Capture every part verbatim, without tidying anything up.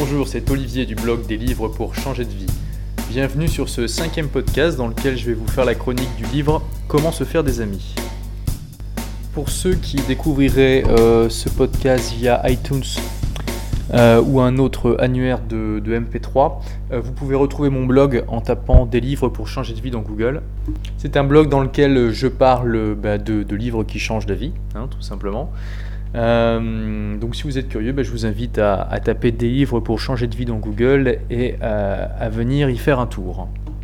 Bonjour, c'est Olivier du blog des livres pour changer de vie. Bienvenue sur ce cinquième podcast dans lequel je vais vous faire la chronique du livre « Comment se faire des amis ». Pour ceux qui découvriraient euh, ce podcast via iTunes euh, ou un autre annuaire de, de M P trois, euh, vous pouvez retrouver mon blog en tapant « Des livres pour changer de vie » dans Google. C'est un blog dans lequel je parle bah, de, de livres qui changent la vie, hein, tout simplement. Euh, donc si vous êtes curieux, bah, je vous invite à, à taper des livres pour changer de vie dans Google et à, à venir y faire un tour.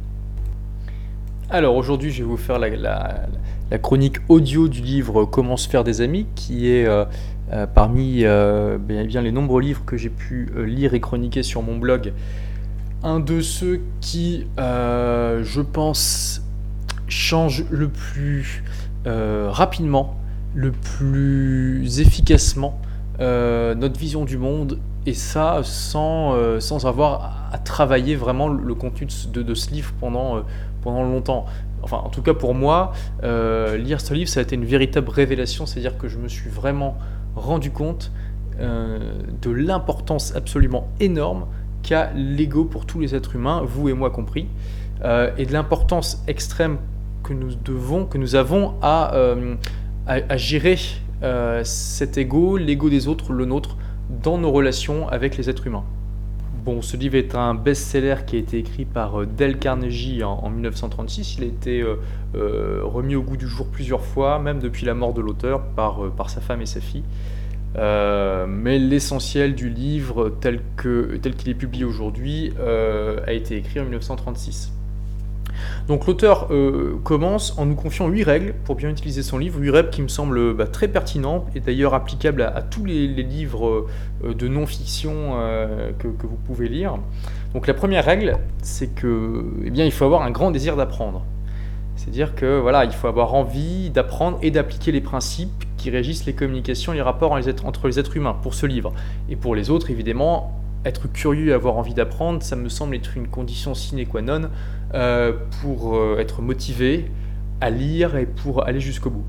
Alors aujourd'hui je vais vous faire la, la, la chronique audio du livre Comment se faire des amis, qui est euh, euh, parmi euh, bien, bien les nombreux livres que j'ai pu euh, lire et chroniquer sur mon blog, un de ceux qui, euh, je pense, change le plus euh, rapidement, le plus efficacement euh, notre vision du monde, et ça sans, euh, sans avoir à travailler vraiment le contenu de, de ce livre pendant, euh, pendant longtemps. Enfin, en tout cas pour moi, euh, lire ce livre, ça a été une véritable révélation, c'est-à-dire que je me suis vraiment rendu compte euh, de l'importance absolument énorme qu'a l'ego pour tous les êtres humains, vous et moi compris, euh, et de l'importance extrême que nous devons, que nous avons à... Euh, À, à gérer euh, cet ego, l'ego des autres, le nôtre, dans nos relations avec les êtres humains. Bon, ce livre est un best-seller qui a été écrit par euh, Dale Carnegie en, en dix-neuf cent trente-six. Il a été euh, euh, remis au goût du jour plusieurs fois, même depuis la mort de l'auteur, par, euh, par sa femme et sa fille. Euh, mais l'essentiel du livre, tel que, tel qu'il est publié aujourd'hui, euh, a été écrit en dix-neuf cent trente-six. Donc l'auteur euh, commence en nous confiant huit règles pour bien utiliser son livre, huit règles qui me semblent bah, très pertinentes et d'ailleurs applicables à, à tous les, les livres euh, de non-fiction euh, que, que vous pouvez lire. Donc la première règle, c'est que, eh bien, il faut avoir un grand désir d'apprendre. C'est-à-dire que voilà, il faut avoir envie d'apprendre et d'appliquer les principes qui régissent les communications et les rapports entre les êtres humains pour ce livre. Et pour les autres, évidemment, être curieux et avoir envie d'apprendre, ça me semble être une condition sine qua non euh, pour euh, être motivé à lire et pour aller jusqu'au bout.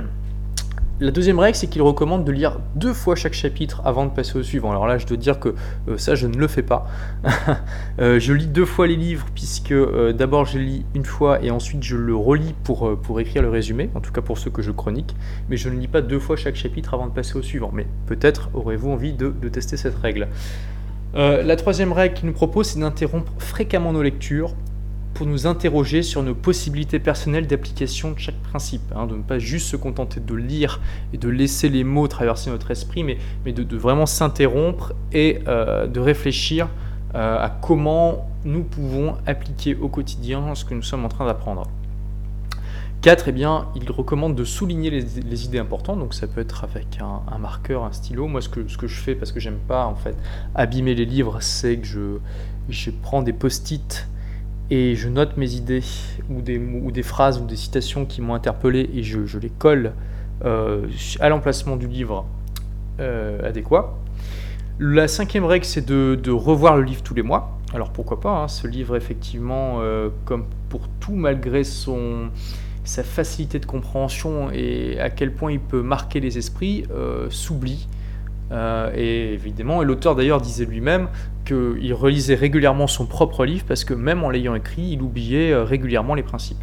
La deuxième règle, c'est qu'il recommande de lire deux fois chaque chapitre avant de passer au suivant. Alors là, je dois dire que euh, ça, je ne le fais pas. euh, je lis deux fois les livres, puisque euh, d'abord, je lis une fois et ensuite, je le relis pour, euh, pour écrire le résumé, en tout cas pour ceux que je chronique. Mais je ne lis pas deux fois chaque chapitre avant de passer au suivant. Mais peut-être aurez-vous envie de, de tester cette règle. Euh, la troisième règle qu'il nous propose, c'est d'interrompre fréquemment nos lectures pour nous interroger sur nos possibilités personnelles d'application de chaque principe, hein, de ne pas juste se contenter de lire et de laisser les mots traverser notre esprit, mais, mais de, de vraiment s'interrompre et euh, de réfléchir euh, à comment nous pouvons appliquer au quotidien ce que nous sommes en train d'apprendre. quatre, eh bien, il recommande de souligner les, les idées importantes, donc ça peut être avec un, un marqueur, un stylo. Moi, ce que, ce que je fais, parce que j'aime pas en fait abîmer les livres, c'est que je, je prends des post-it et je note mes idées ou des, ou des phrases ou des citations qui m'ont interpellé et je, je les colle euh, à l'emplacement du livre euh, adéquat. La cinquième règle, c'est de, de revoir le livre tous les mois. Alors pourquoi pas, hein, ce livre, effectivement, euh, comme pour tout, malgré son... sa facilité de compréhension et à quel point il peut marquer les esprits, euh, s'oublie. Euh, et évidemment, et l'auteur d'ailleurs disait lui-même qu'il relisait régulièrement son propre livre parce que même en l'ayant écrit, il oubliait euh, régulièrement les principes.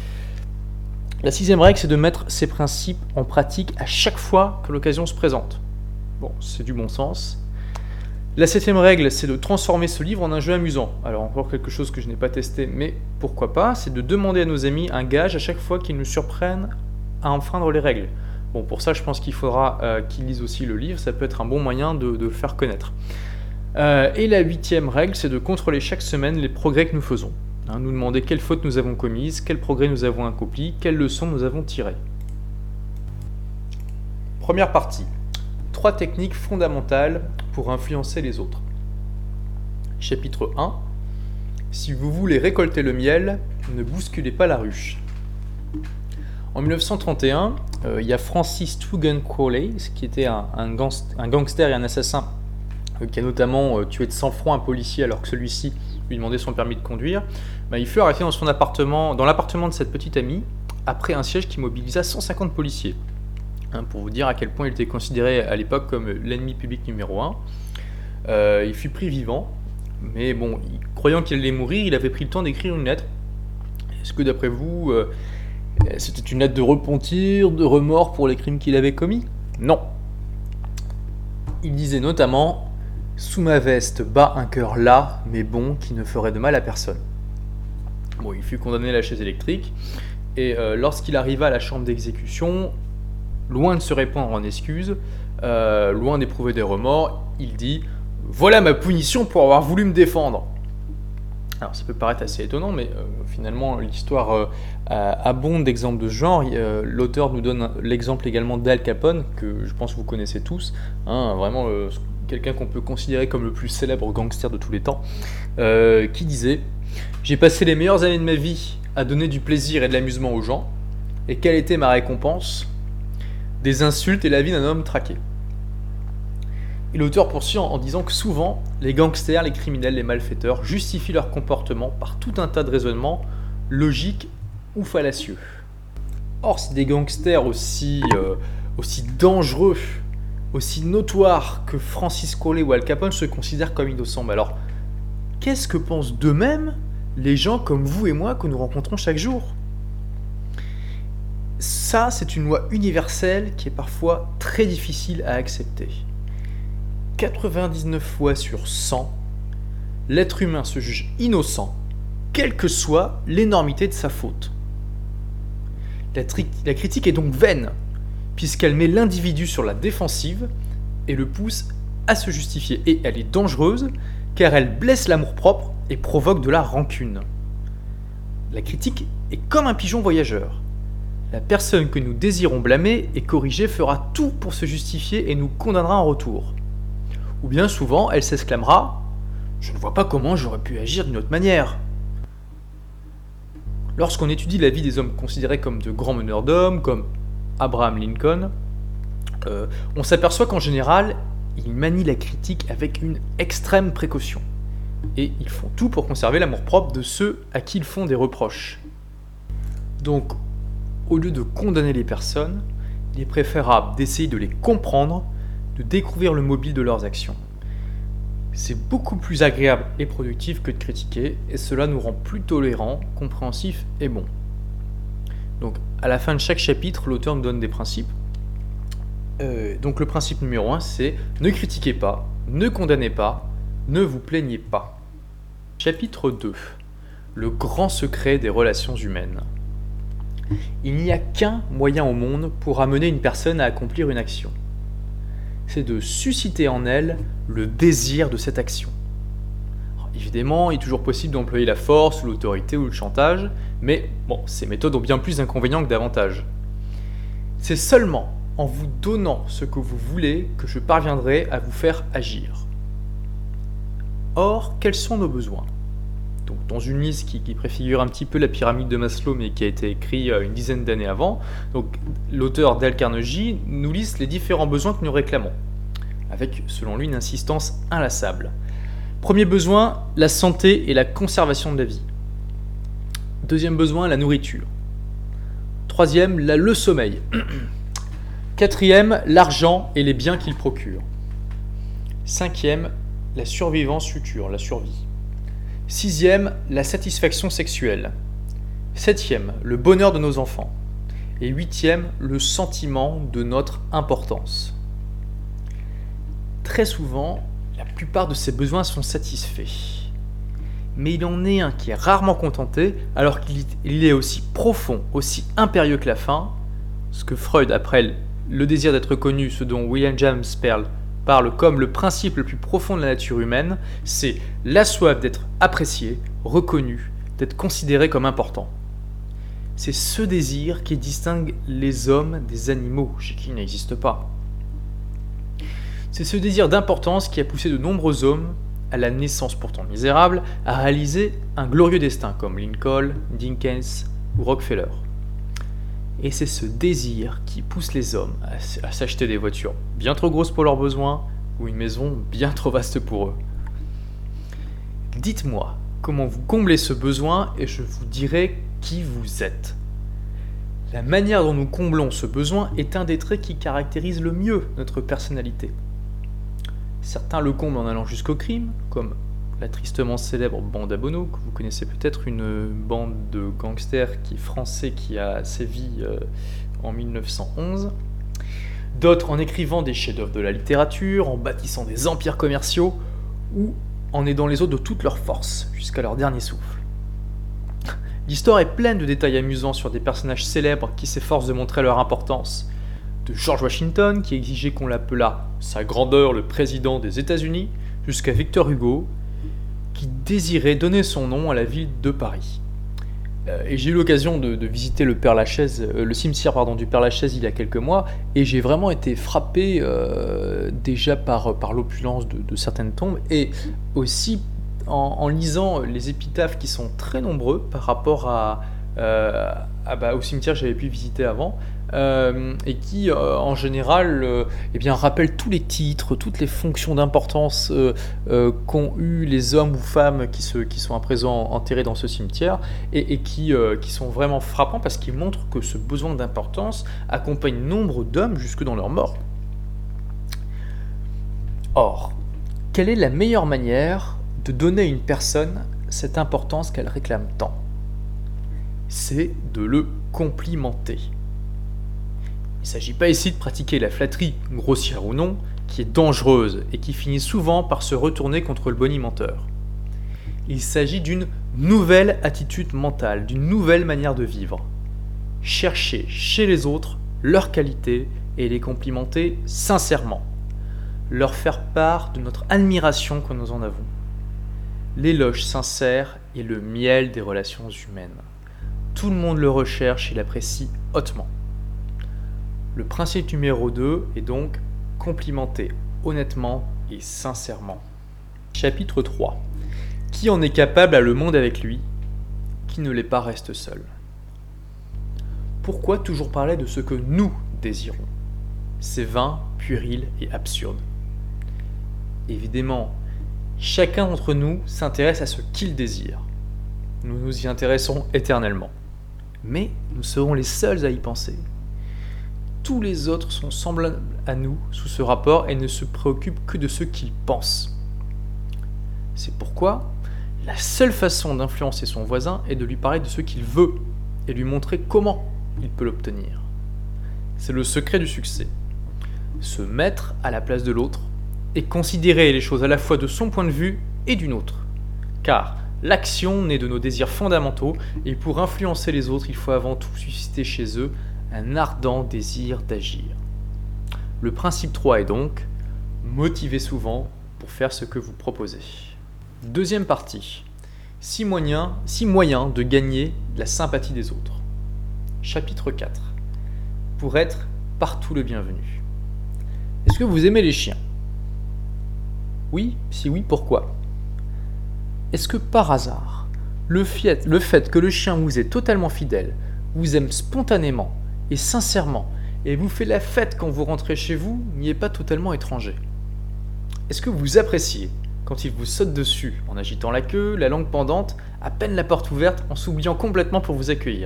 La sixième règle, c'est de mettre ces principes en pratique à chaque fois que l'occasion se présente. Bon, c'est du bon sens. La septième règle, c'est de transformer ce livre en un jeu amusant. Alors encore quelque chose que je n'ai pas testé, mais pourquoi pas, c'est de demander à nos amis un gage à chaque fois qu'ils nous surprennent à enfreindre les règles. Bon, pour ça, je pense qu'il faudra euh, qu'ils lisent aussi le livre, ça peut être un bon moyen de, de le faire connaître. Euh, et la huitième règle, c'est de contrôler chaque semaine les progrès que nous faisons. Hein, nous demander quelles fautes nous avons commises, quels progrès nous avons accomplis, quelles leçons nous avons tirées. Première partie. Trois techniques fondamentales pour influencer les autres. Chapitre un. Si vous voulez récolter le miel, ne bousculez pas la ruche. En dix-neuf cent trente et un, euh, il y a Francis Trugan Crawley, qui était un, un, gangst- un gangster et un assassin, euh, qui a notamment euh, tué de sang-froid un policier alors que celui-ci lui demandait son permis de conduire. Ben, il fut arrêté dans son appartement, dans l'appartement de cette petite amie, après un siège qui mobilisa cent cinquante policiers. Hein, pour vous dire à quel point il était considéré à l'époque comme l'ennemi public numéro un. Euh, il fut pris vivant, mais bon, il- croyant qu'il allait mourir, il avait pris le temps d'écrire une lettre. Est-ce que d'après vous, euh, c'était une lettre de repentir, de remords pour les crimes qu'il avait commis? Non. Il disait notamment « Sous ma veste bat un cœur las, mais bon, qui ne ferait de mal à personne ». Bon, il fut condamné à la chaise électrique, et euh, lorsqu'il arriva à la chambre d'exécution, loin de se répandre en excuses, euh, loin d'éprouver des remords, il dit « Voilà ma punition pour avoir voulu me défendre ». Alors ça peut paraître assez étonnant, mais euh, finalement l'histoire euh, abonde d'exemples de ce genre. Euh, L'auteur nous donne l'exemple également d'Al Capone, que je pense que vous connaissez tous, hein, vraiment euh, quelqu'un qu'on peut considérer comme le plus célèbre gangster de tous les temps, euh, qui disait « J'ai passé les meilleures années de ma vie à donner du plaisir et de l'amusement aux gens, et quelle était ma récompense? Des insultes et la vie d'un homme traqué. » Et l'auteur poursuit en disant que souvent, les gangsters, les criminels, les malfaiteurs justifient leur comportement par tout un tas de raisonnements logiques ou fallacieux. Or, si des gangsters aussi, euh, aussi dangereux, aussi notoires que Francis Crowley ou Al Capone se considèrent comme innocents, mais alors, qu'est-ce que pensent d'eux-mêmes les gens comme vous et moi que nous rencontrons chaque jour? Ça, c'est une loi universelle qui est parfois très difficile à accepter. quatre-vingt-dix-neuf fois sur cent, l'être humain se juge innocent, quelle que soit l'énormité de sa faute. La, tri- la critique est donc vaine, puisqu'elle met l'individu sur la défensive et le pousse à se justifier. Et elle est dangereuse, car elle blesse l'amour-propre et provoque de la rancune. La critique est comme un pigeon voyageur. La personne que nous désirons blâmer et corriger fera tout pour se justifier et nous condamnera en retour. Ou bien souvent, elle s'exclamera « Je ne vois pas comment j'aurais pu agir d'une autre manière ». Lorsqu'on étudie la vie des hommes considérés comme de grands meneurs d'hommes, comme Abraham Lincoln, euh, on s'aperçoit qu'en général, ils manient la critique avec une extrême précaution. Et ils font tout pour conserver l'amour-propre de ceux à qui ils font des reproches. Donc, au lieu de condamner les personnes, il est préférable d'essayer de les comprendre, de découvrir le mobile de leurs actions. C'est beaucoup plus agréable et productif que de critiquer, et cela nous rend plus tolérants, compréhensifs et bons. Donc, à la fin de chaque chapitre, l'auteur nous donne des principes. Euh, donc, le principe numéro un, c'est ne critiquez pas, ne condamnez pas, ne vous plaignez pas. Chapitre deux. Le grand secret des relations humaines. Il n'y a qu'un moyen au monde pour amener une personne à accomplir une action. C'est de susciter en elle le désir de cette action. Alors, évidemment, il est toujours possible d'employer la force, l'autorité ou le chantage, mais bon, ces méthodes ont bien plus d'inconvénients que d'avantages. C'est seulement en vous donnant ce que vous voulez que je parviendrai à vous faire agir. Or, quels sont nos besoins? Donc, dans une liste qui, qui préfigure un petit peu la pyramide de Maslow, mais qui a été écrite une dizaine d'années avant, donc, l'auteur Dale Carnegie nous liste les différents besoins que nous réclamons, avec, selon lui, une insistance inlassable. Premier besoin, la santé et la conservation de la vie. Deuxième besoin, la nourriture. Troisième, la, le sommeil. Quatrième, l'argent et les biens qu'il procure. Cinquième, la survivance future, la survie. Sixième, la satisfaction sexuelle. Septième, le bonheur de nos enfants. Et huitième, le sentiment de notre importance. Très souvent, la plupart de ces besoins sont satisfaits. Mais il en est un qui est rarement contenté, alors qu'il est aussi profond, aussi impérieux que la faim, ce que Freud appelle le désir d'être connu, ce dont William James Pearl parle comme le principe le plus profond de la nature humaine, c'est la soif d'être apprécié, reconnu, d'être considéré comme important. C'est ce désir qui distingue les hommes des animaux, chez qui il n'existe pas. C'est ce désir d'importance qui a poussé de nombreux hommes, à la naissance pourtant misérable, à réaliser un glorieux destin, comme Lincoln, Dickens ou Rockefeller. Et c'est ce désir qui pousse les hommes à s'acheter des voitures bien trop grosses pour leurs besoins ou une maison bien trop vaste pour eux. Dites-moi comment vous comblez ce besoin et je vous dirai qui vous êtes. La manière dont nous comblons ce besoin est un des traits qui caractérise le mieux notre personnalité. Certains le comblent en allant jusqu'au crime, comme la tristement célèbre bande à Bono, que vous connaissez peut-être, une bande de gangsters qui est français qui a sévi euh, en mille neuf cent onze. D'autres en écrivant des chefs-d'œuvre de la littérature, en bâtissant des empires commerciaux, ou en aidant les autres de toute leur force, jusqu'à leur dernier souffle. L'histoire est pleine de détails amusants sur des personnages célèbres qui s'efforcent de montrer leur importance. De George Washington, qui exigeait qu'on l'appelât « Sa grandeur le président des États-Unis », jusqu'à Victor Hugo, qui désirait donner son nom à la ville de Paris. Euh, et j'ai eu l'occasion de, de visiter le, Père Lachaise, euh, le cimetière pardon, du Père Lachaise il y a quelques mois, et j'ai vraiment été frappé euh, déjà par, par l'opulence de, de certaines tombes, et aussi en, en lisant les épitaphes qui sont très nombreux par rapport à, euh, à, bah, au cimetière que j'avais pu visiter avant, euh, et qui euh, en général euh, eh bien, rappellent tous les titres, toutes les fonctions d'importance euh, euh, qu'ont eu les hommes ou femmes qui, se, qui sont à présent enterrés dans ce cimetière, et, et qui, euh, qui sont vraiment frappants parce qu'ils montrent que ce besoin d'importance accompagne nombre d'hommes jusque dans leur mort. Or, quelle est la meilleure manière de donner à une personne cette importance qu'elle réclame tant? C'est de le complimenter. Il ne s'agit pas ici de pratiquer la flatterie, grossière ou non, qui est dangereuse et qui finit souvent par se retourner contre le bonimenteur. Il s'agit d'une nouvelle attitude mentale, d'une nouvelle manière de vivre. Chercher chez les autres leurs qualités et les complimenter sincèrement. Leur faire part de notre admiration que nous en avons. L'éloge sincère est le miel des relations humaines. Tout le monde le recherche et l'apprécie hautement. Le principe numéro deux est donc complimenter honnêtement et sincèrement. Chapitre trois. Qui en est capable a le monde avec lui, qui ne l'est pas reste seul. Pourquoi toujours parler de ce que nous désirons? C'est vain, puéril et absurde. Évidemment, chacun d'entre nous s'intéresse à ce qu'il désire. Nous nous y intéressons éternellement. Mais nous serons les seuls à y penser. Tous les autres sont semblables à nous sous ce rapport et ne se préoccupent que de ce qu'ils pensent. C'est pourquoi la seule façon d'influencer son voisin est de lui parler de ce qu'il veut et lui montrer comment il peut l'obtenir. C'est le secret du succès. Se mettre à la place de l'autre et considérer les choses à la fois de son point de vue et du nôtre. Car l'action naît de nos désirs fondamentaux et pour influencer les autres, il faut avant tout susciter chez eux un ardent désir d'agir. Le principe trois est donc motiver souvent pour faire ce que vous proposez. Deuxième partie. Six moyens, six moyens de gagner la sympathie des autres. Chapitre quatre. Pour être partout le bienvenu. Est-ce que vous aimez les chiens? Oui, si oui, pourquoi? Est-ce que par hasard, le fait, le fait que le chien vous est totalement fidèle, vous aime spontanément et sincèrement, et vous fait la fête quand vous rentrez chez vous, n'y est pas totalement étranger? Est-ce que vous appréciez quand il vous saute dessus en agitant la queue, la langue pendante, à peine la porte ouverte, en s'oubliant complètement pour vous accueillir?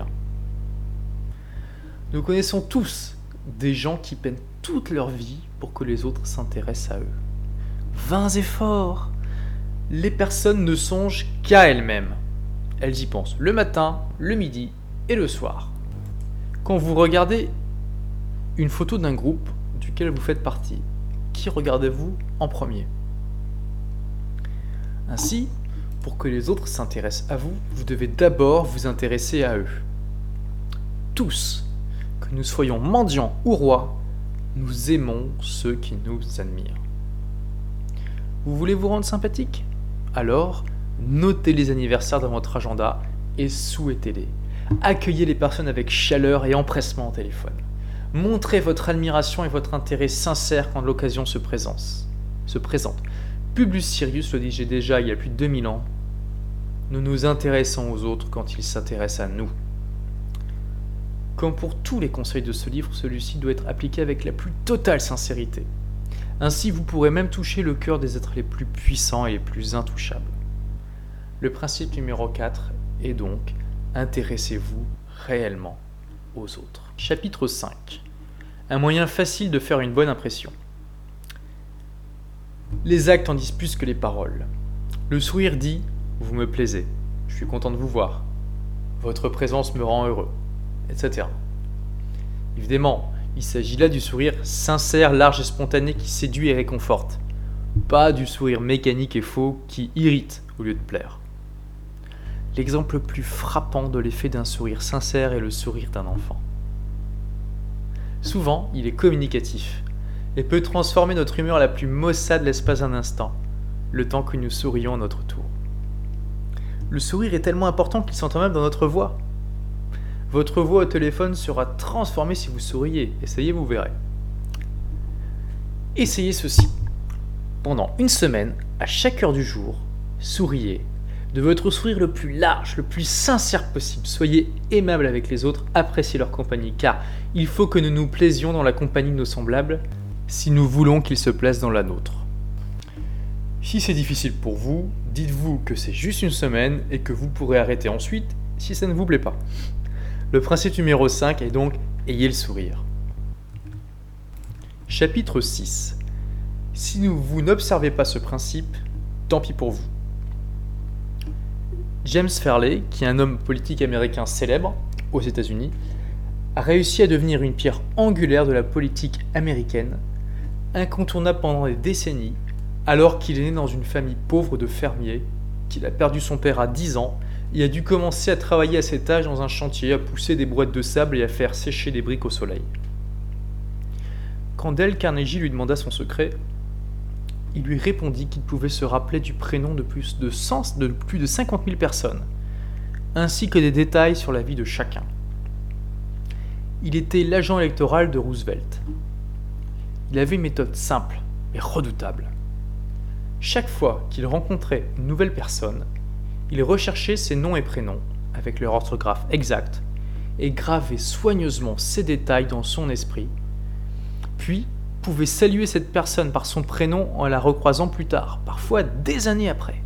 Nous connaissons tous des gens qui peinent toute leur vie pour que les autres s'intéressent à eux. Vains efforts! Les personnes ne songent qu'à elles-mêmes. Elles y pensent le matin, le midi et le soir. Quand vous regardez une photo d'un groupe duquel vous faites partie, qui regardez-vous en premier? Ainsi, pour que les autres s'intéressent à vous, vous devez d'abord vous intéresser à eux. Tous, que nous soyons mendiants ou rois, nous aimons ceux qui nous admirent. Vous voulez vous rendre sympathique? Alors, notez les anniversaires dans votre agenda et souhaitez-les. Accueillez les personnes avec chaleur et empressement au téléphone. Montrez votre admiration et votre intérêt sincère quand l'occasion se présente. Se présente. Publius Sirius le disait déjà il y a plus de deux mille ans. Nous nous intéressons aux autres quand ils s'intéressent à nous. Comme pour tous les conseils de ce livre, celui-ci doit être appliqué avec la plus totale sincérité. Ainsi, vous pourrez même toucher le cœur des êtres les plus puissants et les plus intouchables. Le principe numéro quatre est donc intéressez-vous réellement aux autres. Chapitre cinq. Un moyen facile de faire une bonne impression. Les actes en disent plus que les paroles. Le sourire dit « vous me plaisez, je suis content de vous voir, votre présence me rend heureux », et cetera. Évidemment, il s'agit là du sourire sincère, large et spontané qui séduit et réconforte, pas du sourire mécanique et faux qui irrite au lieu de plaire. L'exemple le plus frappant de l'effet d'un sourire sincère est le sourire d'un enfant. Souvent, il est communicatif et peut transformer notre humeur la plus maussade l'espace d'un instant, le temps que nous sourions à notre tour. Le sourire est tellement important qu'il s'entend même dans notre voix. Votre voix au téléphone sera transformée si vous souriez. Essayez, vous verrez. Essayez ceci. Pendant une semaine, à chaque heure du jour, souriez. De votre sourire le plus large, le plus sincère possible. Soyez aimable avec les autres, appréciez leur compagnie, car il faut que nous nous plaisions dans la compagnie de nos semblables si nous voulons qu'ils se plaisent dans la nôtre. Si c'est difficile pour vous, dites-vous que c'est juste une semaine et que vous pourrez arrêter ensuite si ça ne vous plaît pas. Le principe numéro cinq est donc « ayez le sourire ». Chapitre six. Si vous n'observez pas ce principe, tant pis pour vous. James Farley, qui est un homme politique américain célèbre aux États-Unis, a réussi à devenir une pierre angulaire de la politique américaine, incontournable pendant des décennies, alors qu'il est né dans une famille pauvre de fermiers, qu'il a perdu son père à dix ans et a dû commencer à travailler à cet âge dans un chantier, à pousser des boîtes de sable et à faire sécher des briques au soleil. Quand Dale Carnegie lui demanda son secret, il lui répondit qu'il pouvait se rappeler du prénom de plus de, cent, de plus de cinquante mille personnes, ainsi que des détails sur la vie de chacun. Il était l'agent électoral de Roosevelt. Il avait une méthode simple, mais redoutable. Chaque fois qu'il rencontrait une nouvelle personne, il recherchait ses noms et prénoms, avec leur orthographe exacte, et gravait soigneusement ces détails dans son esprit, puis pouvait saluer cette personne par son prénom en la recroisant plus tard, parfois des années après.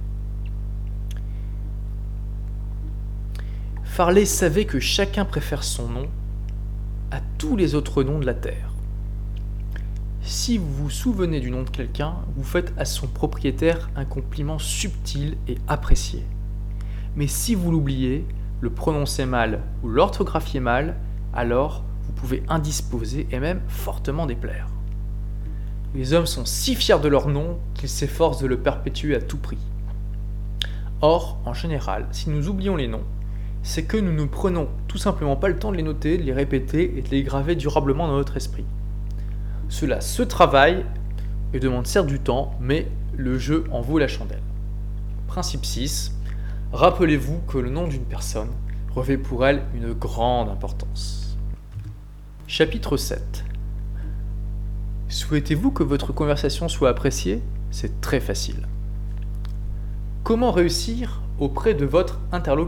Farley savait que chacun préfère son nom à tous les autres noms de la Terre. Si vous vous souvenez du nom de quelqu'un, vous faites à son propriétaire un compliment subtil et apprécié. Mais si vous l'oubliez, le prononcez mal ou l'orthographiez mal, alors vous pouvez indisposer et même fortement déplaire. Les hommes sont si fiers de leur nom qu'ils s'efforcent de le perpétuer à tout prix. Or, en général, si nous oublions les noms, c'est que nous ne prenons tout simplement pas le temps de les noter, de les répéter et de les graver durablement dans notre esprit. Cela se travaille et demande certes du temps, mais le jeu en vaut la chandelle. Principe six. Rappelez-vous que le nom d'une personne revêt pour elle une grande importance. Chapitre sept. Souhaitez-vous que votre conversation soit appréciée ? C'est très facile. Comment réussir auprès de votre interlocuteur ?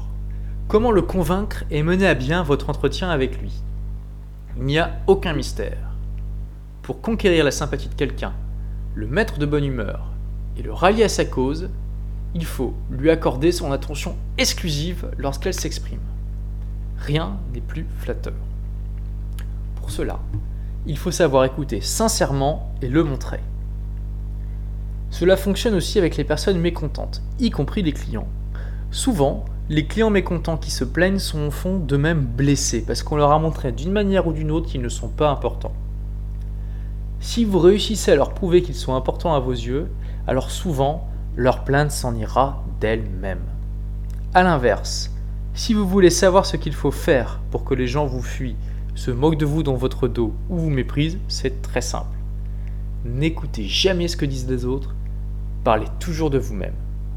Comment le convaincre et mener à bien votre entretien avec lui ? Il n'y a aucun mystère. Pour conquérir la sympathie de quelqu'un, le mettre de bonne humeur et le rallier à sa cause, il faut lui accorder son attention exclusive lorsqu'elle s'exprime. Rien n'est plus flatteur. Pour cela, il faut savoir écouter sincèrement et le montrer. Cela fonctionne aussi avec les personnes mécontentes, y compris les clients. Souvent, les clients mécontents qui se plaignent sont au fond d'eux-mêmes blessés parce qu'on leur a montré d'une manière ou d'une autre qu'ils ne sont pas importants. Si vous réussissez à leur prouver qu'ils sont importants à vos yeux, alors souvent, leur plainte s'en ira d'elle-même. A l'inverse, si vous voulez savoir ce qu'il faut faire pour que les gens vous fuient, se moquent de vous dans votre dos ou vous méprisent, c'est très simple. N'écoutez jamais ce que disent les autres, parlez toujours de vous-même.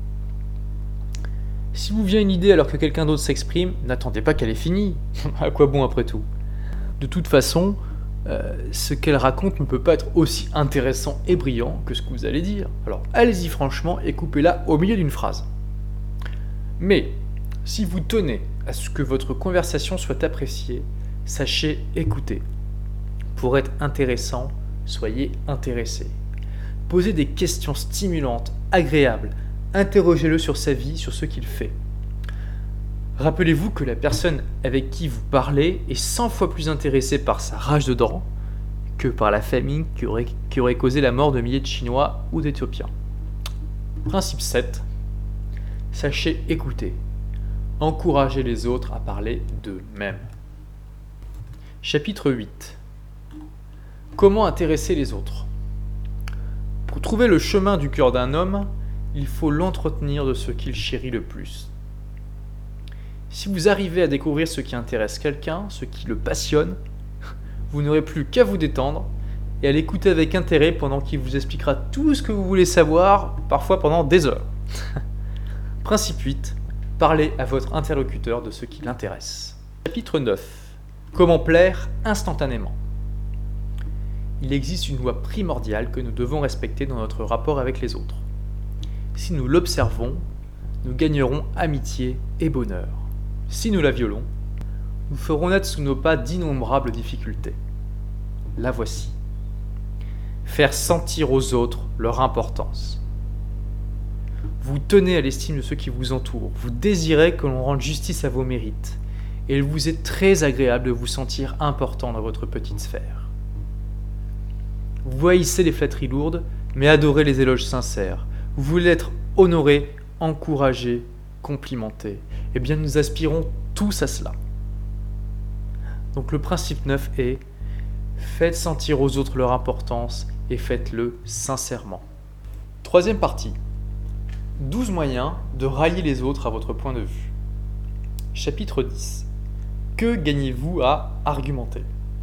Si vous vient une idée alors que quelqu'un d'autre s'exprime, n'attendez pas qu'elle ait fini. À quoi bon après tout ? De toute façon, euh, ce qu'elle raconte ne peut pas être aussi intéressant et brillant que ce que vous allez dire. Alors allez-y franchement et coupez-la au milieu d'une phrase. Mais si vous tenez à ce que votre conversation soit appréciée, sachez écouter. Pour être intéressant, soyez intéressé. Posez des questions stimulantes, agréables. Interrogez-le sur sa vie, sur ce qu'il fait. Rappelez-vous que la personne avec qui vous parlez est cent fois plus intéressée par sa rage de dents que par la famine qui aurait, qui aurait causé la mort de milliers de Chinois ou d'Éthiopiens. Principe sept. Sachez écouter. Encouragez les autres à parler d'eux-mêmes. Chapitre huit. Comment intéresser les autres? Pour trouver le chemin du cœur d'un homme, il faut l'entretenir de ce qu'il chérit le plus. Si vous arrivez à découvrir ce qui intéresse quelqu'un, ce qui le passionne, vous n'aurez plus qu'à vous détendre et à l'écouter avec intérêt pendant qu'il vous expliquera tout ce que vous voulez savoir, parfois pendant des heures. Principe huit. Parlez à votre interlocuteur de ce qui l'intéresse. Chapitre neuf. Comment plaire instantanément. Il existe une loi primordiale que nous devons respecter dans notre rapport avec les autres. Si nous l'observons, nous gagnerons amitié et bonheur. Si nous la violons, nous ferons naître sous nos pas d'innombrables difficultés. La voici. Faire sentir aux autres leur importance. Vous tenez à l'estime de ceux qui vous entourent, vous désirez que l'on rende justice à vos mérites, et il vous est très agréable de vous sentir important dans votre petite sphère. Vous haïssez les flatteries lourdes, mais adorez les éloges sincères. Vous voulez être honoré, encouragé, complimenté. Eh bien, nous aspirons tous à cela. Donc le principe neuf est « Faites sentir aux autres leur importance et faites-le sincèrement ». Troisième partie. douze moyens de rallier les autres à votre point de vue. Chapitre dix. Que gagnez-vous à argumenter?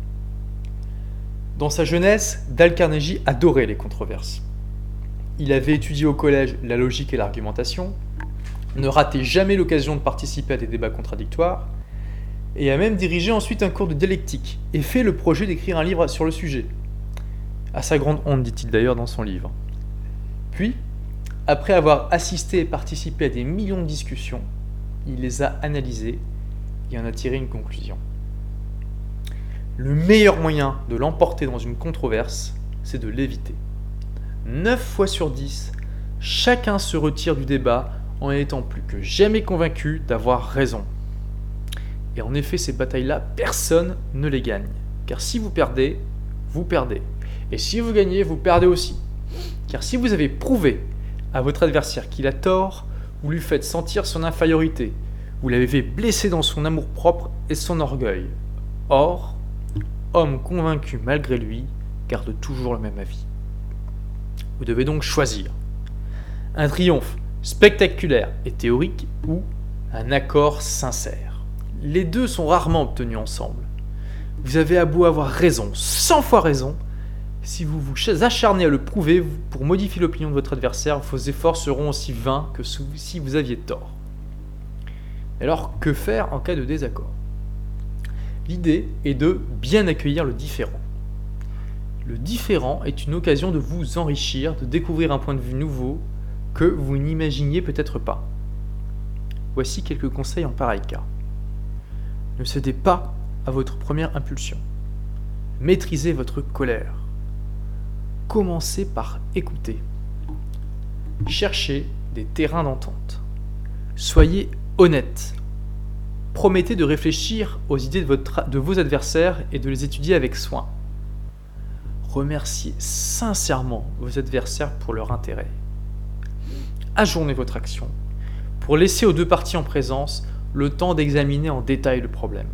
Dans sa jeunesse, Dale Carnegie adorait les controverses. Il avait étudié au collège la logique et l'argumentation, ne ratait jamais l'occasion de participer à des débats contradictoires, et a même dirigé ensuite un cours de dialectique et fait le projet d'écrire un livre sur le sujet. À sa grande honte, dit-il d'ailleurs dans son livre. Puis, après avoir assisté et participé à des millions de discussions, il les a analysées et en a tiré une conclusion. Le meilleur moyen de l'emporter dans une controverse, c'est de l'éviter. neuf fois sur dix, chacun se retire du débat en étant plus que jamais convaincu d'avoir raison. Et en effet, ces batailles-là, personne ne les gagne. Car si vous perdez, vous perdez. Et si vous gagnez, vous perdez aussi. Car si vous avez prouvé à votre adversaire qu'il a tort, vous lui faites sentir son infériorité. Vous l'avez blessé dans son amour-propre et son orgueil. Or, homme convaincu malgré lui garde toujours le même avis. Vous devez donc choisir un triomphe spectaculaire et théorique ou un accord sincère. Les deux sont rarement obtenus ensemble. Vous avez à beau avoir raison, cent fois raison, si vous vous acharnez à le prouver pour modifier l'opinion de votre adversaire, vos efforts seront aussi vains que si vous aviez tort. Alors, que faire en cas de désaccord? L'idée est de bien accueillir le différent. Le différent est une occasion de vous enrichir, de découvrir un point de vue nouveau que vous n'imaginiez peut-être pas. Voici quelques conseils en pareil cas. Ne cédez pas à votre première impulsion. Maîtrisez votre colère. Commencez par écouter. Cherchez des terrains d'entente. Soyez honnête. Promettez de réfléchir aux idées de, votre, de vos adversaires et de les étudier avec soin. Remerciez sincèrement vos adversaires pour leur intérêt. Ajournez votre action pour laisser aux deux parties en présence le temps d'examiner en détail le problème.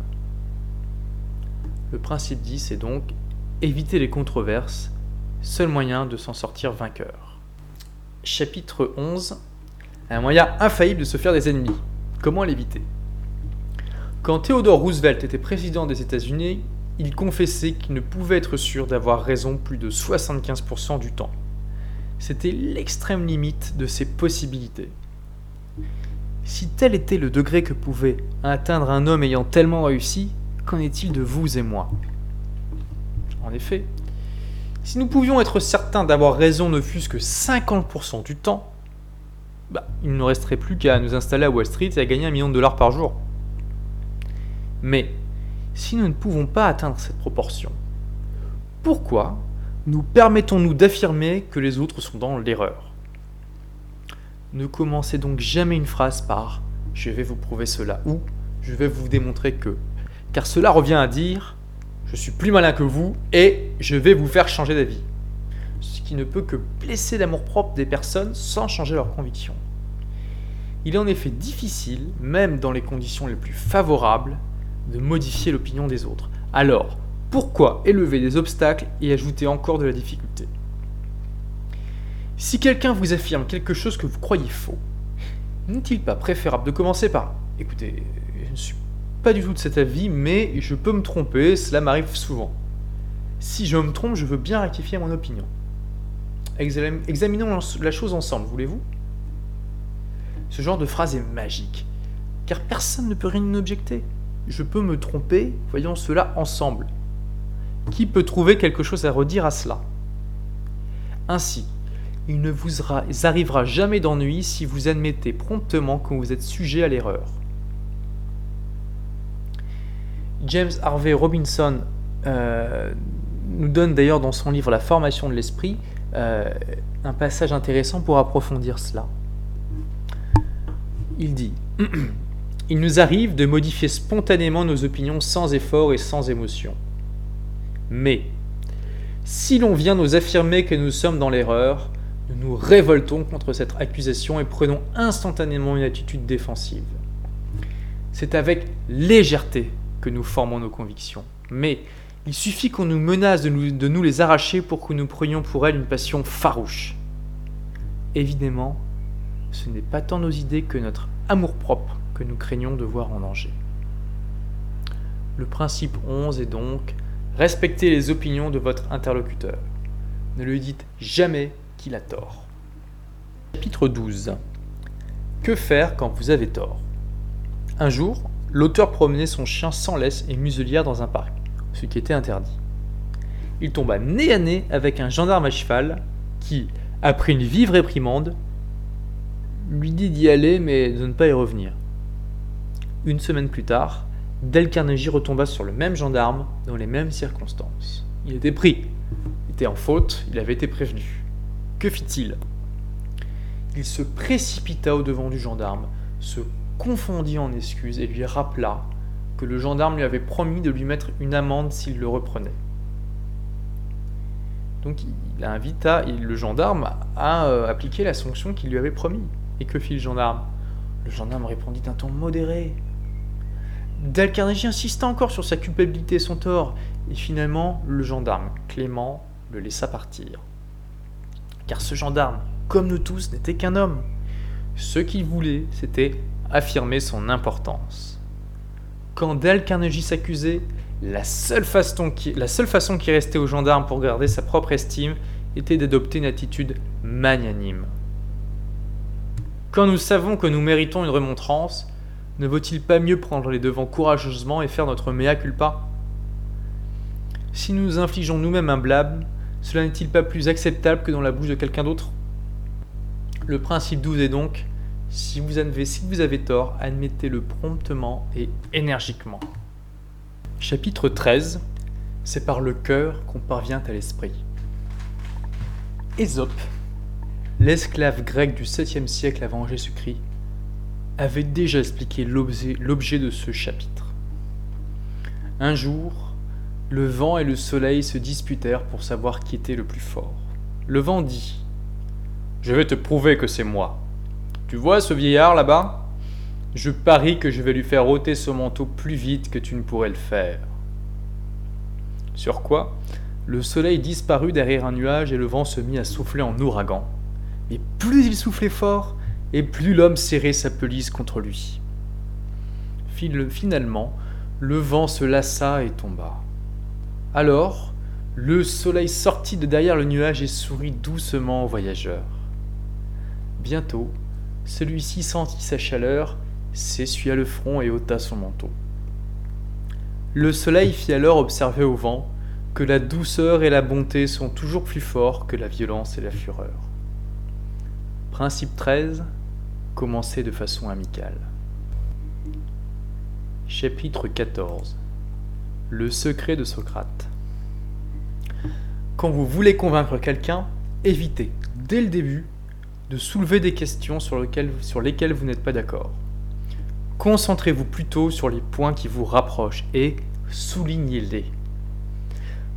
Le principe dix est donc éviter les controverses, seul moyen de s'en sortir vainqueur. Chapitre onze. Un moyen infaillible de se faire des ennemis. Comment l'éviter? Quand Theodore Roosevelt était président des États-Unis, il confessait qu'il ne pouvait être sûr d'avoir raison plus de soixante-quinze pour cent du temps. C'était l'extrême limite de ses possibilités. Si tel était le degré que pouvait atteindre un homme ayant tellement réussi, qu'en est-il de vous et moi? En effet, si nous pouvions être certains d'avoir raison ne fût-ce que cinquante pour cent du temps, bah, il ne resterait plus qu'à nous installer à Wall Street et à gagner un million de dollars par jour. Mais, si nous ne pouvons pas atteindre cette proportion, pourquoi nous permettons-nous d'affirmer que les autres sont dans l'erreur? Ne commencez donc jamais une phrase par « je vais vous prouver cela » ou « je vais vous démontrer que », car cela revient à dire « Je suis plus malin que vous et je vais vous faire changer d'avis. Ce qui ne peut que blesser l'amour-propre des personnes sans changer leurs convictions. Il est en effet difficile, même dans les conditions les plus favorables, de modifier l'opinion des autres. Alors, pourquoi élever des obstacles et ajouter encore de la difficulté ? Si quelqu'un vous affirme quelque chose que vous croyez faux, n'est-il pas préférable de commencer par « Écoutez, je ne suis pas du tout de cet avis, mais je peux me tromper, cela m'arrive souvent. Si je me trompe, je veux bien rectifier mon opinion. Examinons la chose ensemble, voulez-vous » Ce genre de phrase est magique, car personne ne peut rien nous objecter. Je peux me tromper, voyons cela ensemble. Qui peut trouver quelque chose à redire à cela ? Ainsi, il ne vous arrivera jamais d'ennui si vous admettez promptement que vous êtes sujet à l'erreur. James Harvey Robinson euh, nous donne d'ailleurs dans son livre La formation de l'esprit euh, un passage intéressant pour approfondir cela. Il dit « Il nous arrive de modifier spontanément nos opinions sans effort et sans émotion. Mais, si l'on vient nous affirmer que nous sommes dans l'erreur, nous nous révoltons contre cette accusation et prenons instantanément une attitude défensive. C'est avec légèreté que nous formons nos convictions. Mais il suffit qu'on nous menace de nous, de nous les arracher pour que nous prenions pour elles une passion farouche. Évidemment, ce n'est pas tant nos idées que notre amour-propre que nous craignons de voir en danger. Le principe onze est donc « Respectez les opinions de votre interlocuteur. Ne lui dites jamais qu'il a tort. » Chapitre douze. Que faire quand vous avez tort ? Un jour, l'auteur promenait son chien sans laisse et muselière dans un parc, ce qui était interdit. Il tomba nez à nez avec un gendarme à cheval qui, après une vive réprimande, lui dit d'y aller mais de ne pas y revenir. Une semaine plus tard, Dale Carnegie retomba sur le même gendarme dans les mêmes circonstances. Il était pris, il était en faute, il avait été prévenu. Que fit-il ? Il se précipita au-devant du gendarme, se confondit en excuses et lui rappela que le gendarme lui avait promis de lui mettre une amende s'il le reprenait. Donc il invita le gendarme à euh, appliquer la sanction qu'il lui avait promis. Et que fit le gendarme ? Le gendarme répondit d'un ton modéré. Dale Carnegie insista encore sur sa culpabilité et son tort, et finalement le gendarme, clément, le laissa partir. Car ce gendarme, comme nous tous, n'était qu'un homme. Ce qu'il voulait, c'était affirmer son importance. Quand Dale Carnegie s'accusait, la seule façon qui, la seule façon qui restait au gendarme pour garder sa propre estime était d'adopter une attitude magnanime. Quand nous savons que nous méritons une remontrance, ne vaut-il pas mieux prendre les devants courageusement et faire notre mea culpa ? Si nous nous infligeons nous-mêmes un blâme, cela n'est-il pas plus acceptable que dans la bouche de quelqu'un d'autre ? Le principe douze est donc, si vous avez, si vous avez tort, admettez-le promptement et énergiquement. Chapitre treize. C'est par le cœur qu'on parvient à l'esprit. Ésope, l'esclave grec du septième siècle avant Jésus-Christ, avait déjà expliqué l'objet, l'objet de ce chapitre. Un jour, le vent et le soleil se disputèrent pour savoir qui était le plus fort. Le vent dit « Je vais te prouver que c'est moi. Tu vois ce vieillard là-bas ? Je parie que je vais lui faire ôter son manteau plus vite que tu ne pourrais le faire. » Sur quoi, le soleil disparut derrière un nuage et le vent se mit à souffler en ouragan. Mais plus il soufflait fort, et plus l'homme serrait sa pelisse contre lui. Finalement, le vent se lassa et tomba. Alors, le soleil sortit de derrière le nuage et sourit doucement au voyageur. Bientôt, celui-ci sentit sa chaleur, s'essuya le front et ôta son manteau. Le soleil fit alors observer au vent que la douceur et la bonté sont toujours plus forts que la violence et la fureur. Principe treize. Commencer de façon amicale. Chapitre quatorze. Le secret de Socrate. Quand vous voulez convaincre quelqu'un, évitez, dès le début, de soulever des questions sur lesquelles, sur lesquelles vous n'êtes pas d'accord. Concentrez-vous plutôt sur les points qui vous rapprochent et soulignez-les.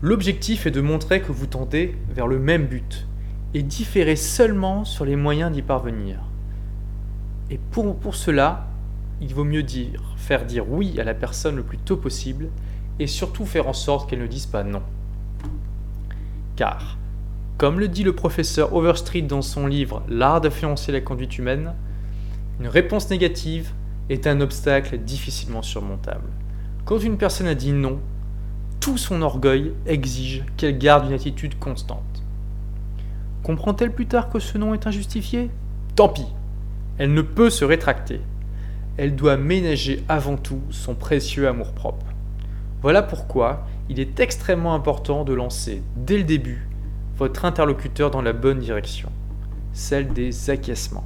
L'objectif est de montrer que vous tendez vers le même but et différez seulement sur les moyens d'y parvenir. Et pour, pour cela, il vaut mieux dire, faire dire oui à la personne le plus tôt possible et surtout faire en sorte qu'elle ne dise pas non. Car, comme le dit le professeur Overstreet dans son livre L'art d'influencer la conduite humaine, une réponse négative est un obstacle difficilement surmontable. Quand une personne a dit non, tout son orgueil exige qu'elle garde une attitude constante. Comprend-elle plus tard que ce non est injustifié ? Tant pis, elle ne peut se rétracter. Elle doit ménager avant tout son précieux amour-propre. Voilà pourquoi il est extrêmement important de lancer, dès le début, votre interlocuteur dans la bonne direction, celle des acquiescements.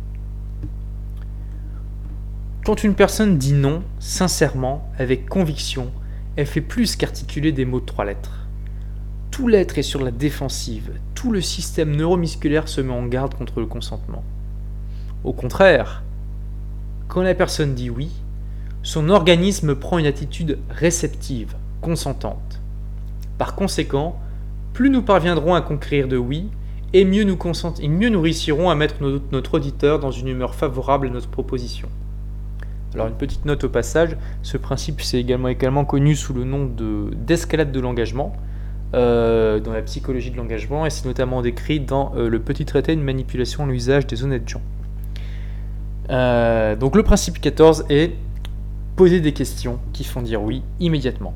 Quand une personne dit non, sincèrement, avec conviction, elle fait plus qu'articuler des mots de trois lettres. Tout l'être est sur la défensive, tout le système neuromusculaire se met en garde contre le consentement. Au contraire, quand la personne dit oui, son organisme prend une attitude réceptive, consentante. Par conséquent, plus nous parviendrons à conquérir de oui, et mieux nous, consent- et mieux nous réussirons à mettre notre, notre auditeur dans une humeur favorable à notre proposition. Alors une petite note au passage, ce principe c'est également, également connu sous le nom de, d'escalade de l'engagement euh, dans la psychologie de l'engagement et c'est notamment décrit dans euh, le petit traité de manipulation à l'usage des honnêtes gens. Euh, donc le principe quatorze est poser des questions qui font dire oui immédiatement.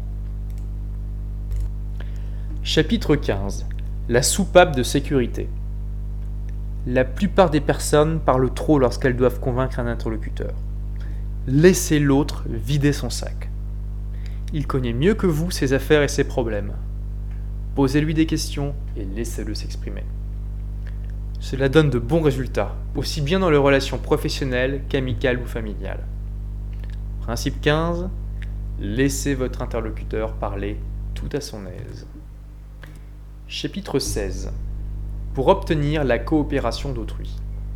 Chapitre quinze. La soupape de sécurité. La plupart des personnes parlent trop lorsqu'elles doivent convaincre un interlocuteur. Laissez l'autre vider son sac. Il connaît mieux que vous ses affaires et ses problèmes. Posez-lui des questions et laissez-le s'exprimer. Cela donne de bons résultats, aussi bien dans les relations professionnelles qu'amicales ou familiales. Principe quinze. Laissez votre interlocuteur parler tout à son aise. Chapitre seize. Pour obtenir la coopération d'autrui.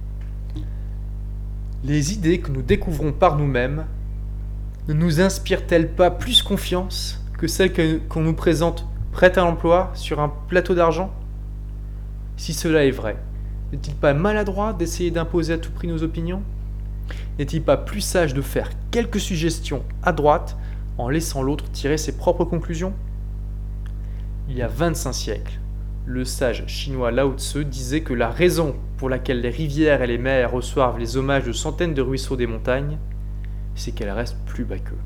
Les idées que nous découvrons par nous-mêmes ne nous inspirent-elles pas plus confiance que celles que, qu'on nous présente prêtes à l'emploi sur un plateau d'argent ? Si cela est vrai, n'est-il pas maladroit d'essayer d'imposer à tout prix nos opinions ? N'est-il pas plus sage de faire quelques suggestions à droite en laissant l'autre tirer ses propres conclusions ? Il y a vingt-cinq siècles, le sage chinois Lao Tzu disait que la raison pour laquelle les rivières et les mers reçoivent les hommages de centaines de ruisseaux des montagnes, c'est qu'elles restent plus bas qu'eux.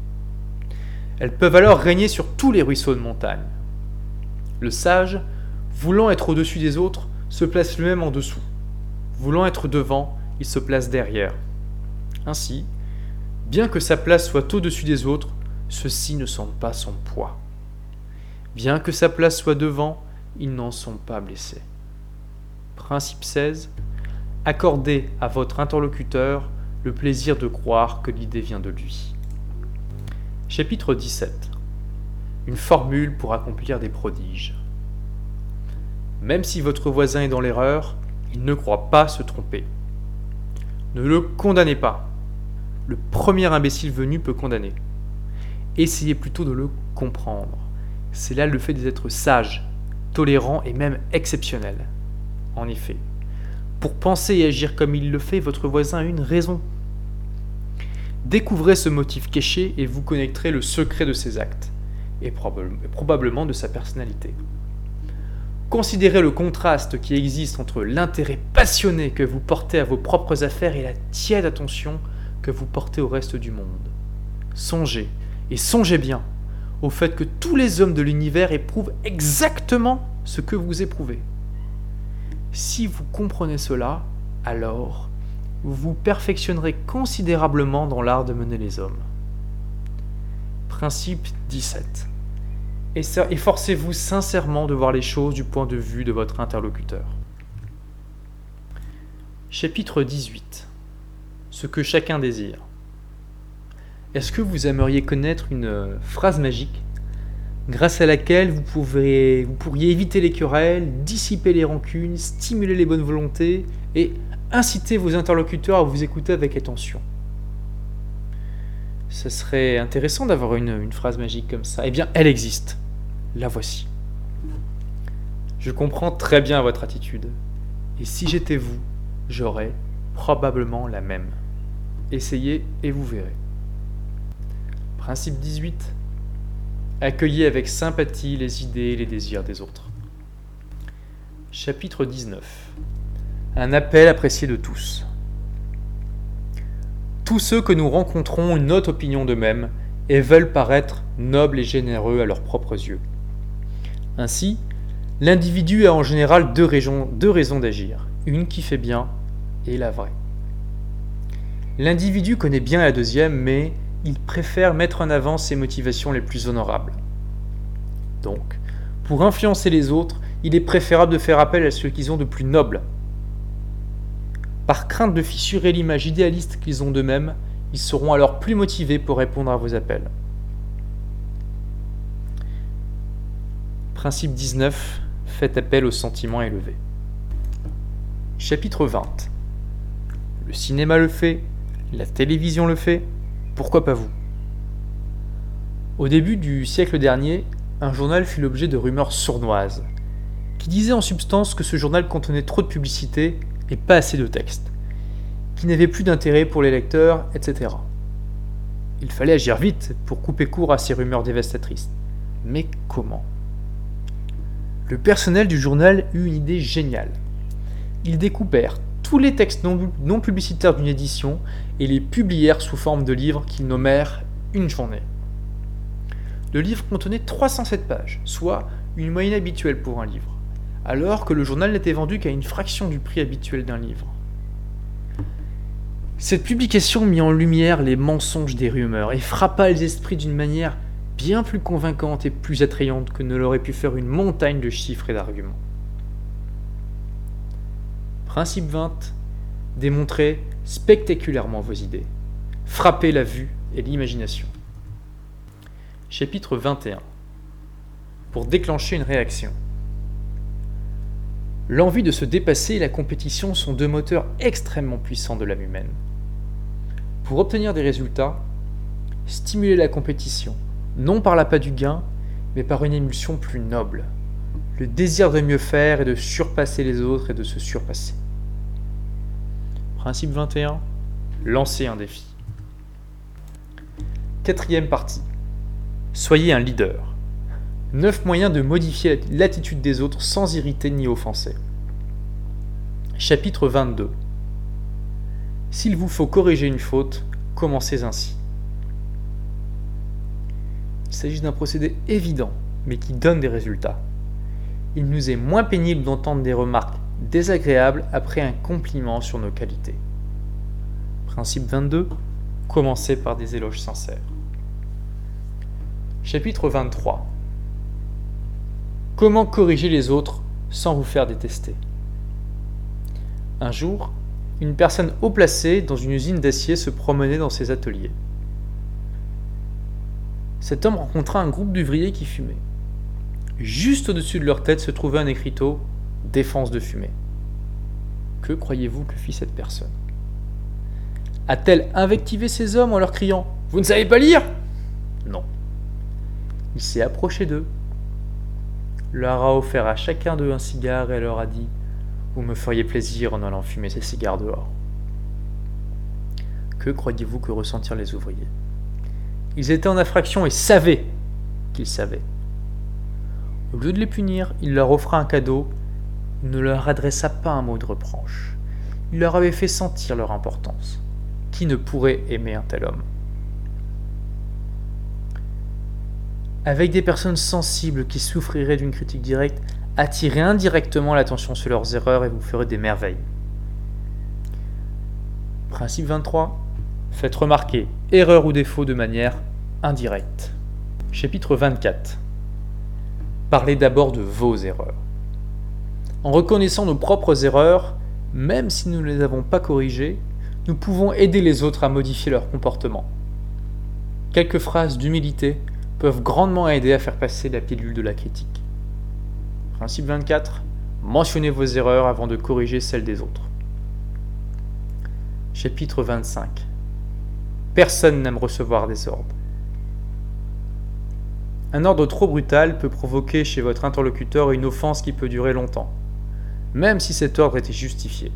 Elles peuvent alors régner sur tous les ruisseaux de montagne. Le sage, voulant être au-dessus des autres, se place lui-même en dessous. Voulant être devant, il se place derrière. Ainsi, bien que sa place soit au-dessus des autres, ceux-ci ne sentent pas son poids. Bien que sa place soit devant, ils n'en sont pas blessés. Principe seize. Accordez à votre interlocuteur le plaisir de croire que l'idée vient de lui. Chapitre dix-sept. Une formule pour accomplir des prodiges. Même si votre voisin est dans l'erreur, il ne croit pas se tromper. Ne le condamnez pas. Le premier imbécile venu peut condamner. Essayez plutôt de le comprendre. C'est là le fait d'être sage, tolérant et même exceptionnel. En effet, pour penser et agir comme il le fait, votre voisin a une raison. Découvrez ce motif caché et vous connecterez le secret de ses actes, et probablement de sa personnalité. Considérez le contraste qui existe entre l'intérêt passionné que vous portez à vos propres affaires et la tiède attention que vous portez au reste du monde. Songez, et songez bien, au fait que tous les hommes de l'univers éprouvent exactement ce que vous éprouvez. Si vous comprenez cela, alors vous vous perfectionnerez considérablement dans l'art de mener les hommes. Principe dix-sept. Efforcez-vous sincèrement de voir les choses du point de vue de votre interlocuteur. Chapitre dix-huit. Ce que chacun désire. Est-ce que vous aimeriez connaître une phrase magique grâce à laquelle vous, pouvez, vous pourriez éviter les querelles, dissiper les rancunes, stimuler les bonnes volontés et inciter vos interlocuteurs à vous écouter avec attention ? Ce serait intéressant d'avoir une, une phrase magique comme ça. Eh bien, elle existe. la voici. Je comprends très bien votre attitude, et si j'étais vous, j'aurais probablement la même. Essayez et vous verrez. Principe dix-huit. Accueillez avec sympathie les idées et les désirs des autres. Chapitre dix-neuf. Un appel apprécié de tous. Tous ceux que nous rencontrons ont une haute opinion d'eux-mêmes et veulent paraître nobles et généreux à leurs propres yeux. Ainsi, l'individu a en général deux raisons, deux raisons d'agir, une qui fait bien et la vraie. L'individu connaît bien la deuxième, mais il préfère mettre en avant ses motivations les plus honorables. Donc, pour influencer les autres, il est préférable de faire appel à ce qu'ils ont de plus noble. Par crainte de fissurer l'image idéaliste qu'ils ont d'eux-mêmes, ils seront alors plus motivés pour répondre à vos appels. Principe dix-neuf. Faites appel aux sentiments élevés. Chapitre vingt. Le cinéma le fait, la télévision le fait, pourquoi pas vous? Au début du siècle dernier, un journal fut l'objet de rumeurs sournoises, qui disaient en substance que ce journal contenait trop de publicité et pas assez de texte, qui n'avait plus d'intérêt pour les lecteurs, et cetera. Il fallait agir vite pour couper court à ces rumeurs dévastatrices. Mais comment? Le personnel du journal eut une idée géniale. Ils découpèrent tous les textes non, non publicitaires d'une édition et les publièrent sous forme de livres qu'ils nommèrent Une journée. Le livre contenait trois cent sept pages, soit une moyenne habituelle pour un livre, alors que le journal n'était vendu qu'à une fraction du prix habituel d'un livre. Cette publication mit en lumière les mensonges des rumeurs et frappa les esprits d'une manière bien plus convaincante et plus attrayante que ne l'aurait pu faire une montagne de chiffres et d'arguments. Principe vingt. Démontrez spectaculairement vos idées. Frappez la vue et l'imagination. Chapitre vingt et un. Pour déclencher une réaction. L'envie de se dépasser et la compétition sont deux moteurs extrêmement puissants de l'âme humaine. Pour obtenir des résultats, stimulez la compétition, non par l'appât du gain, mais par une émulsion plus noble, le désir de mieux faire et de surpasser les autres et de se surpasser. Principe vingt et un. Lancez un défi. Quatrième partie. Soyez un leader. neuf moyens de modifier l'attitude des autres sans irriter ni offenser. Chapitre vingt-deux. S'il vous faut corriger une faute, commencez ainsi. Il s'agit d'un procédé évident, mais qui donne des résultats. Il nous est moins pénible d'entendre des remarques désagréables après un compliment sur nos qualités. Principe vingt-deux. Commencez par des éloges sincères. Chapitre vingt-trois. Comment corriger les autres sans vous faire détester? Un jour, une personne haut placée dans une usine d'acier se promenait dans ses ateliers. Cet homme rencontra un groupe d'ouvriers qui fumaient. Juste au-dessus de leur tête se trouvait un écriteau « Défense de fumée ». Que croyez-vous que fit cette personne? A-t-elle invectivé ces hommes en leur criant « Vous ne savez pas lire ?» Non. Il s'est approché d'eux, leur a offert à chacun d'eux un cigare et leur a dit « Vous me feriez plaisir en allant fumer ces cigares dehors. » Que croyez-vous que ressentirent les ouvriers? Ils étaient en infraction et savaient qu'ils savaient. Au lieu de les punir, il leur offra un cadeau, il ne leur adressa pas un mot de reproche. Il leur avait fait sentir leur importance. Qui ne pourrait aimer un tel homme? Avec des personnes sensibles qui souffriraient d'une critique directe, attirez indirectement l'attention sur leurs erreurs et vous ferez des merveilles. Principe vingt-trois. Faites remarquer erreur ou défaut de manière indirecte. Chapitre vingt-quatre. Parlez d'abord de vos erreurs. En reconnaissant nos propres erreurs, même si nous ne les avons pas corrigées, nous pouvons aider les autres à modifier leur comportement. Quelques phrases d'humilité peuvent grandement aider à faire passer la pilule de la critique. Principe vingt-quatre. Mentionnez vos erreurs avant de corriger celles des autres. Chapitre vingt-cinq. Personne n'aime recevoir des ordres. Un ordre trop brutal peut provoquer chez votre interlocuteur une offense qui peut durer longtemps, même si cet ordre était justifié.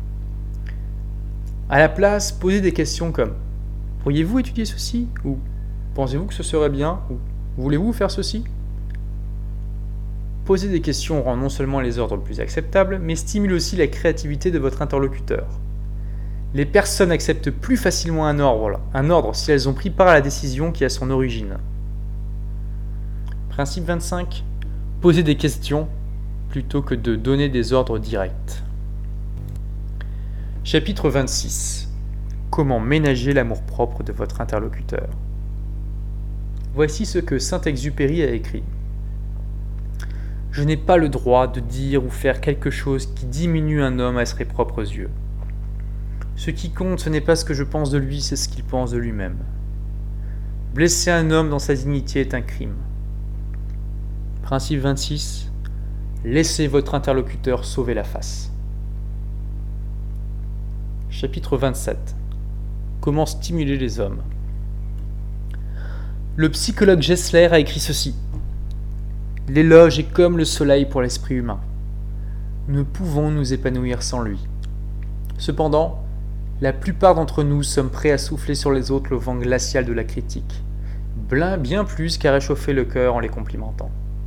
À la place, posez des questions comme « Pourriez-vous étudier ceci ?» ou « Pensez-vous que ce serait bien ?» ou « Voulez-vous faire ceci ?» Poser des questions rend non seulement les ordres plus acceptables, mais stimule aussi la créativité de votre interlocuteur. Les personnes acceptent plus facilement un ordre, un ordre si elles ont pris part à la décision qui a son origine. Principe vingt-cinq. Posez des questions plutôt que de donner des ordres directs. Chapitre vingt-six. Comment ménager l'amour-propre de votre interlocuteur. Voici ce que Saint-Exupéry a écrit. « Je n'ai pas le droit de dire ou faire quelque chose qui diminue un homme à ses propres yeux. Ce qui compte, ce n'est pas ce que je pense de lui, c'est ce qu'il pense de lui-même. Blesser un homme dans sa dignité est un crime. » Principe vingt-six. Laissez votre interlocuteur sauver la face. Chapitre vingt-sept. Comment stimuler les hommes. Le psychologue Gessler a écrit ceci. L'éloge est comme le soleil pour l'esprit humain. Nous pouvons nous épanouir sans lui. Cependant, la plupart d'entre nous sommes prêts à souffler sur les autres le vent glacial de la critique, bien plus qu'à réchauffer le cœur en les complimentant.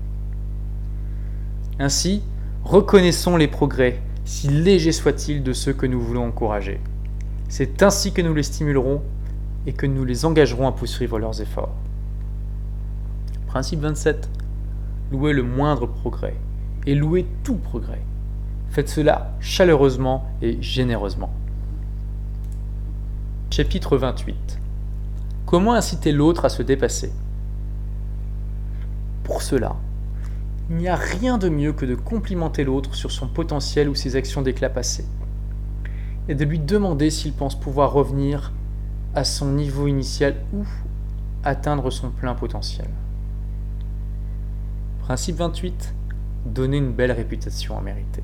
Ainsi, reconnaissons les progrès, si légers soient-ils, de ceux que nous voulons encourager. C'est ainsi que nous les stimulerons et que nous les engagerons à poursuivre leurs efforts. Principe vingt-sept. Louez le moindre progrès et louez tout progrès. Faites cela chaleureusement et généreusement. Chapitre vingt-huit. Comment inciter l'autre à se dépasser? Pour cela, il n'y a rien de mieux que de complimenter l'autre sur son potentiel ou ses actions d'éclat passé, et de lui demander s'il pense pouvoir revenir à son niveau initial ou atteindre son plein potentiel. Principe vingt-huit. Donner une belle réputation à mériter.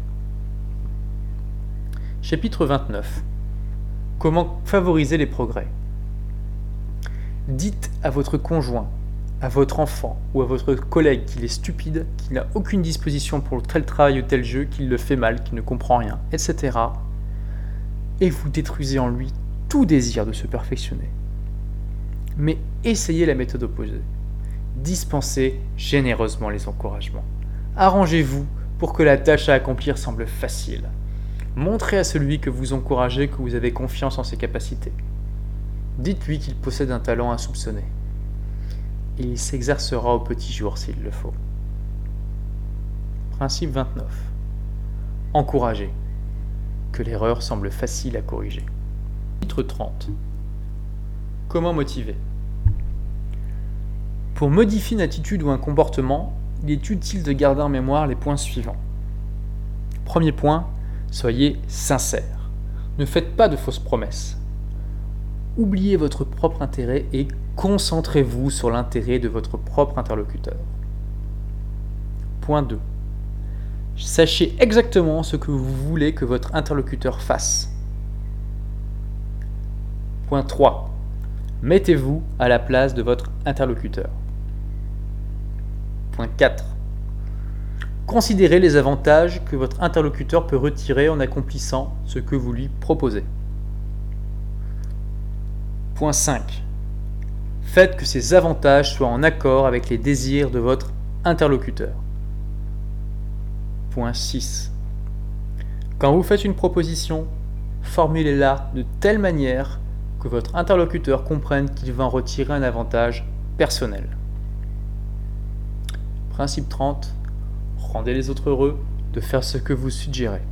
Chapitre vingt-neuf. Comment favoriser les progrès. Dites à votre conjoint, à votre enfant ou à votre collègue qu'il est stupide, qu'il n'a aucune disposition pour tel travail ou tel jeu, qu'il le fait mal, qu'il ne comprend rien, et cetera. Et vous détruisez en lui tout désir de se perfectionner. Mais essayez la méthode opposée. Dispensez généreusement les encouragements. Arrangez-vous pour que la tâche à accomplir semble facile. Montrez à celui que vous encouragez que vous avez confiance en ses capacités. Dites-lui qu'il possède un talent insoupçonné. Et il s'exercera au petit jour s'il le faut. Principe vingt-neuf. Encouragez. Que l'erreur semble facile à corriger. Chapitre trente. Comment motiver? Pour modifier une attitude ou un comportement, il est utile de garder en mémoire les points suivants. Premier point, soyez sincère. Ne faites pas de fausses promesses. Oubliez votre propre intérêt et concentrez-vous sur l'intérêt de votre propre interlocuteur. Point deux. Sachez exactement ce que vous voulez que votre interlocuteur fasse. Point trois. Mettez-vous à la place de votre interlocuteur. Point quatre. Considérez les avantages que votre interlocuteur peut retirer en accomplissant ce que vous lui proposez. Point cinq. Faites que ces avantages soient en accord avec les désirs de votre interlocuteur. Point six. Quand vous faites une proposition, formulez-la de telle manière que votre interlocuteur comprenne qu'il va en retirer un avantage personnel. Principe trente. Rendez les autres heureux de faire ce que vous suggérez.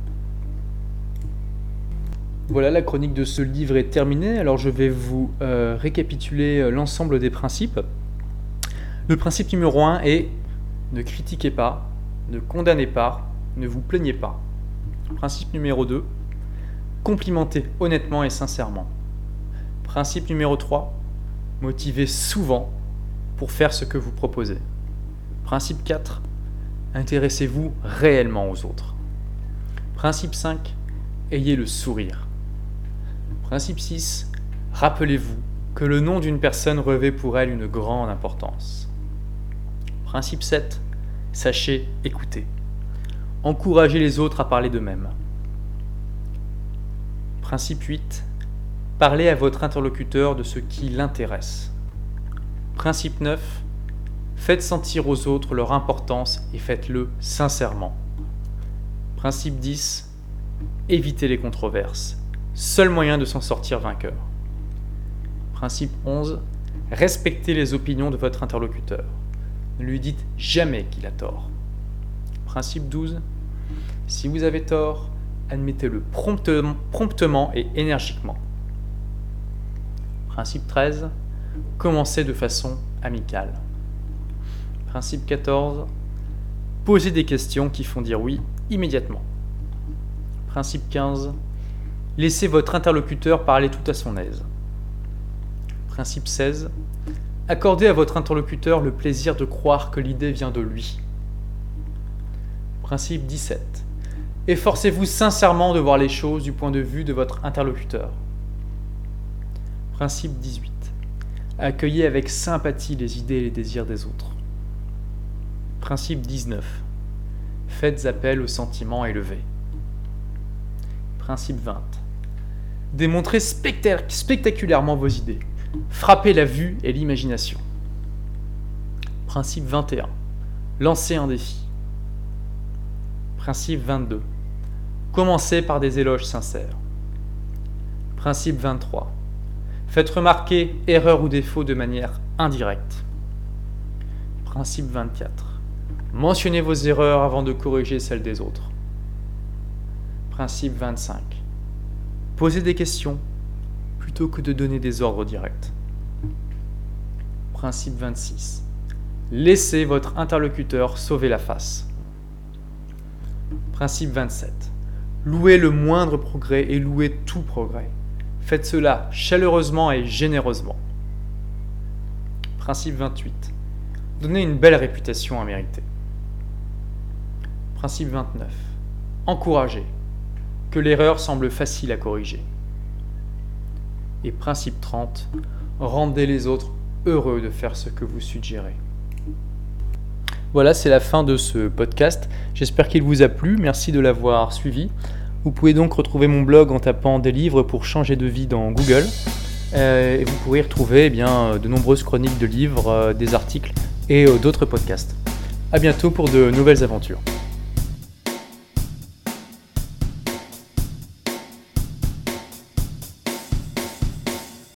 Voilà, la chronique de ce livre est terminée. Alors je vais vous euh, récapituler l'ensemble des principes. Le principe numéro un est ne critiquez pas, ne condamnez pas, ne vous plaignez pas. Principe numéro deux, complimentez honnêtement et sincèrement. Principe numéro trois, motivez souvent pour faire ce que vous proposez. Principe quatre, intéressez-vous réellement aux autres. Principe cinq, ayez le sourire. Principe six, rappelez-vous que le nom d'une personne revêt pour elle une grande importance. Principe sept. Sachez écouter. Encouragez les autres à parler d'eux-mêmes. Principe huit. Parlez à votre interlocuteur de ce qui l'intéresse. Principe neuf. Faites sentir aux autres leur importance et faites-le sincèrement. Principe dix. Évitez les controverses. Seul moyen de s'en sortir vainqueur. Principe onze. Respectez les opinions de votre interlocuteur. Ne lui dites jamais qu'il a tort. Principe douze. Si vous avez tort, admettez-le promptement, promptement et énergiquement. Principe treize. Commencez de façon amicale. Principe quatorze. Posez des questions qui font dire oui immédiatement. Principe quinze. Laissez votre interlocuteur parler tout à son aise. Principe seize. Accordez à votre interlocuteur le plaisir de croire que l'idée vient de lui. Principe dix-sept. Efforcez-vous sincèrement de voir les choses du point de vue de votre interlocuteur. Principe dix-huit. Accueillez avec sympathie les idées et les désirs des autres. Principe dix-neuf. Faites appel aux sentiments élevés. Principe vingt. Démontrez spectac- spectaculairement vos idées. Frappez la vue et l'imagination. Principe vingt et un. Lancez un défi. Principe vingt-deux. Commencez par des éloges sincères. Principe vingt-trois. Faites remarquer erreurs ou défauts de manière indirecte. Principe vingt-quatre. Mentionnez vos erreurs avant de corriger celles des autres. Principe vingt-cinq. Posez des questions plutôt que de donner des ordres directs. Principe vingt-six. Laissez votre interlocuteur sauver la face. Principe vingt-sept. Louez le moindre progrès et louez tout progrès. Faites cela chaleureusement et généreusement. Principe vingt-huit. Donnez une belle réputation à mériter. Principe vingt-neuf. Encouragez. Que l'erreur semble facile à corriger. Et principe trente. Rendez les autres heureux de faire ce que vous suggérez. Voilà, c'est la fin de ce podcast. J'espère qu'il vous a plu. Merci de l'avoir suivi. Vous pouvez donc retrouver mon blog en tapant des livres pour changer de vie dans Google. Euh, et vous pourrez y retrouver eh bien, de nombreuses chroniques de livres, euh, des articles et euh, d'autres podcasts. À bientôt pour de nouvelles aventures.